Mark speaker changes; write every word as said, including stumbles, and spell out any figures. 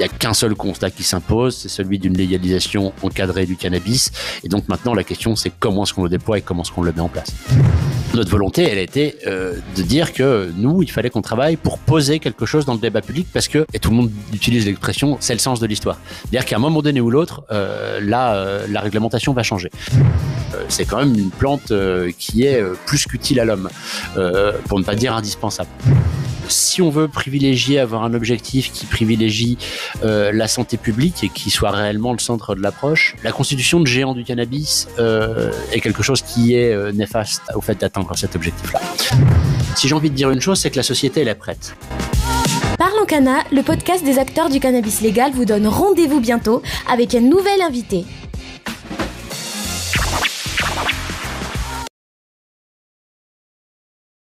Speaker 1: n'y a qu'un seul constat qui s'impose, c'est celui d'une légalisation encadrée du cannabis. Et donc maintenant, la question, c'est comment est-ce qu'on le déploie et comment est-ce qu'on le met en place. Notre volonté, elle a été euh, de dire que nous, il fallait qu'on travaille pour poser quelque chose dans le débat public parce que, et tout le monde utilise l'expression, c'est le sens de l'histoire. C'est-à-dire qu'à un moment donné ou l'autre, euh, là, euh, la réglementation va changer. Euh, c'est quand même une plante euh, qui est euh, plus qu'utile à l'homme, euh, pour ne pas dire indispensable. Si on veut privilégier, avoir un objectif qui privilégie euh, la santé publique et qui soit réellement le centre de l'approche, la constitution de géants du cannabis euh, est quelque chose qui est euh, néfaste au fait d'atteindre cet objectif-là. Si j'ai envie de dire une chose, c'est que la société, elle est prête.
Speaker 2: Parlons Cana, le podcast des acteurs du cannabis légal vous donne rendez-vous bientôt avec un nouvel invité.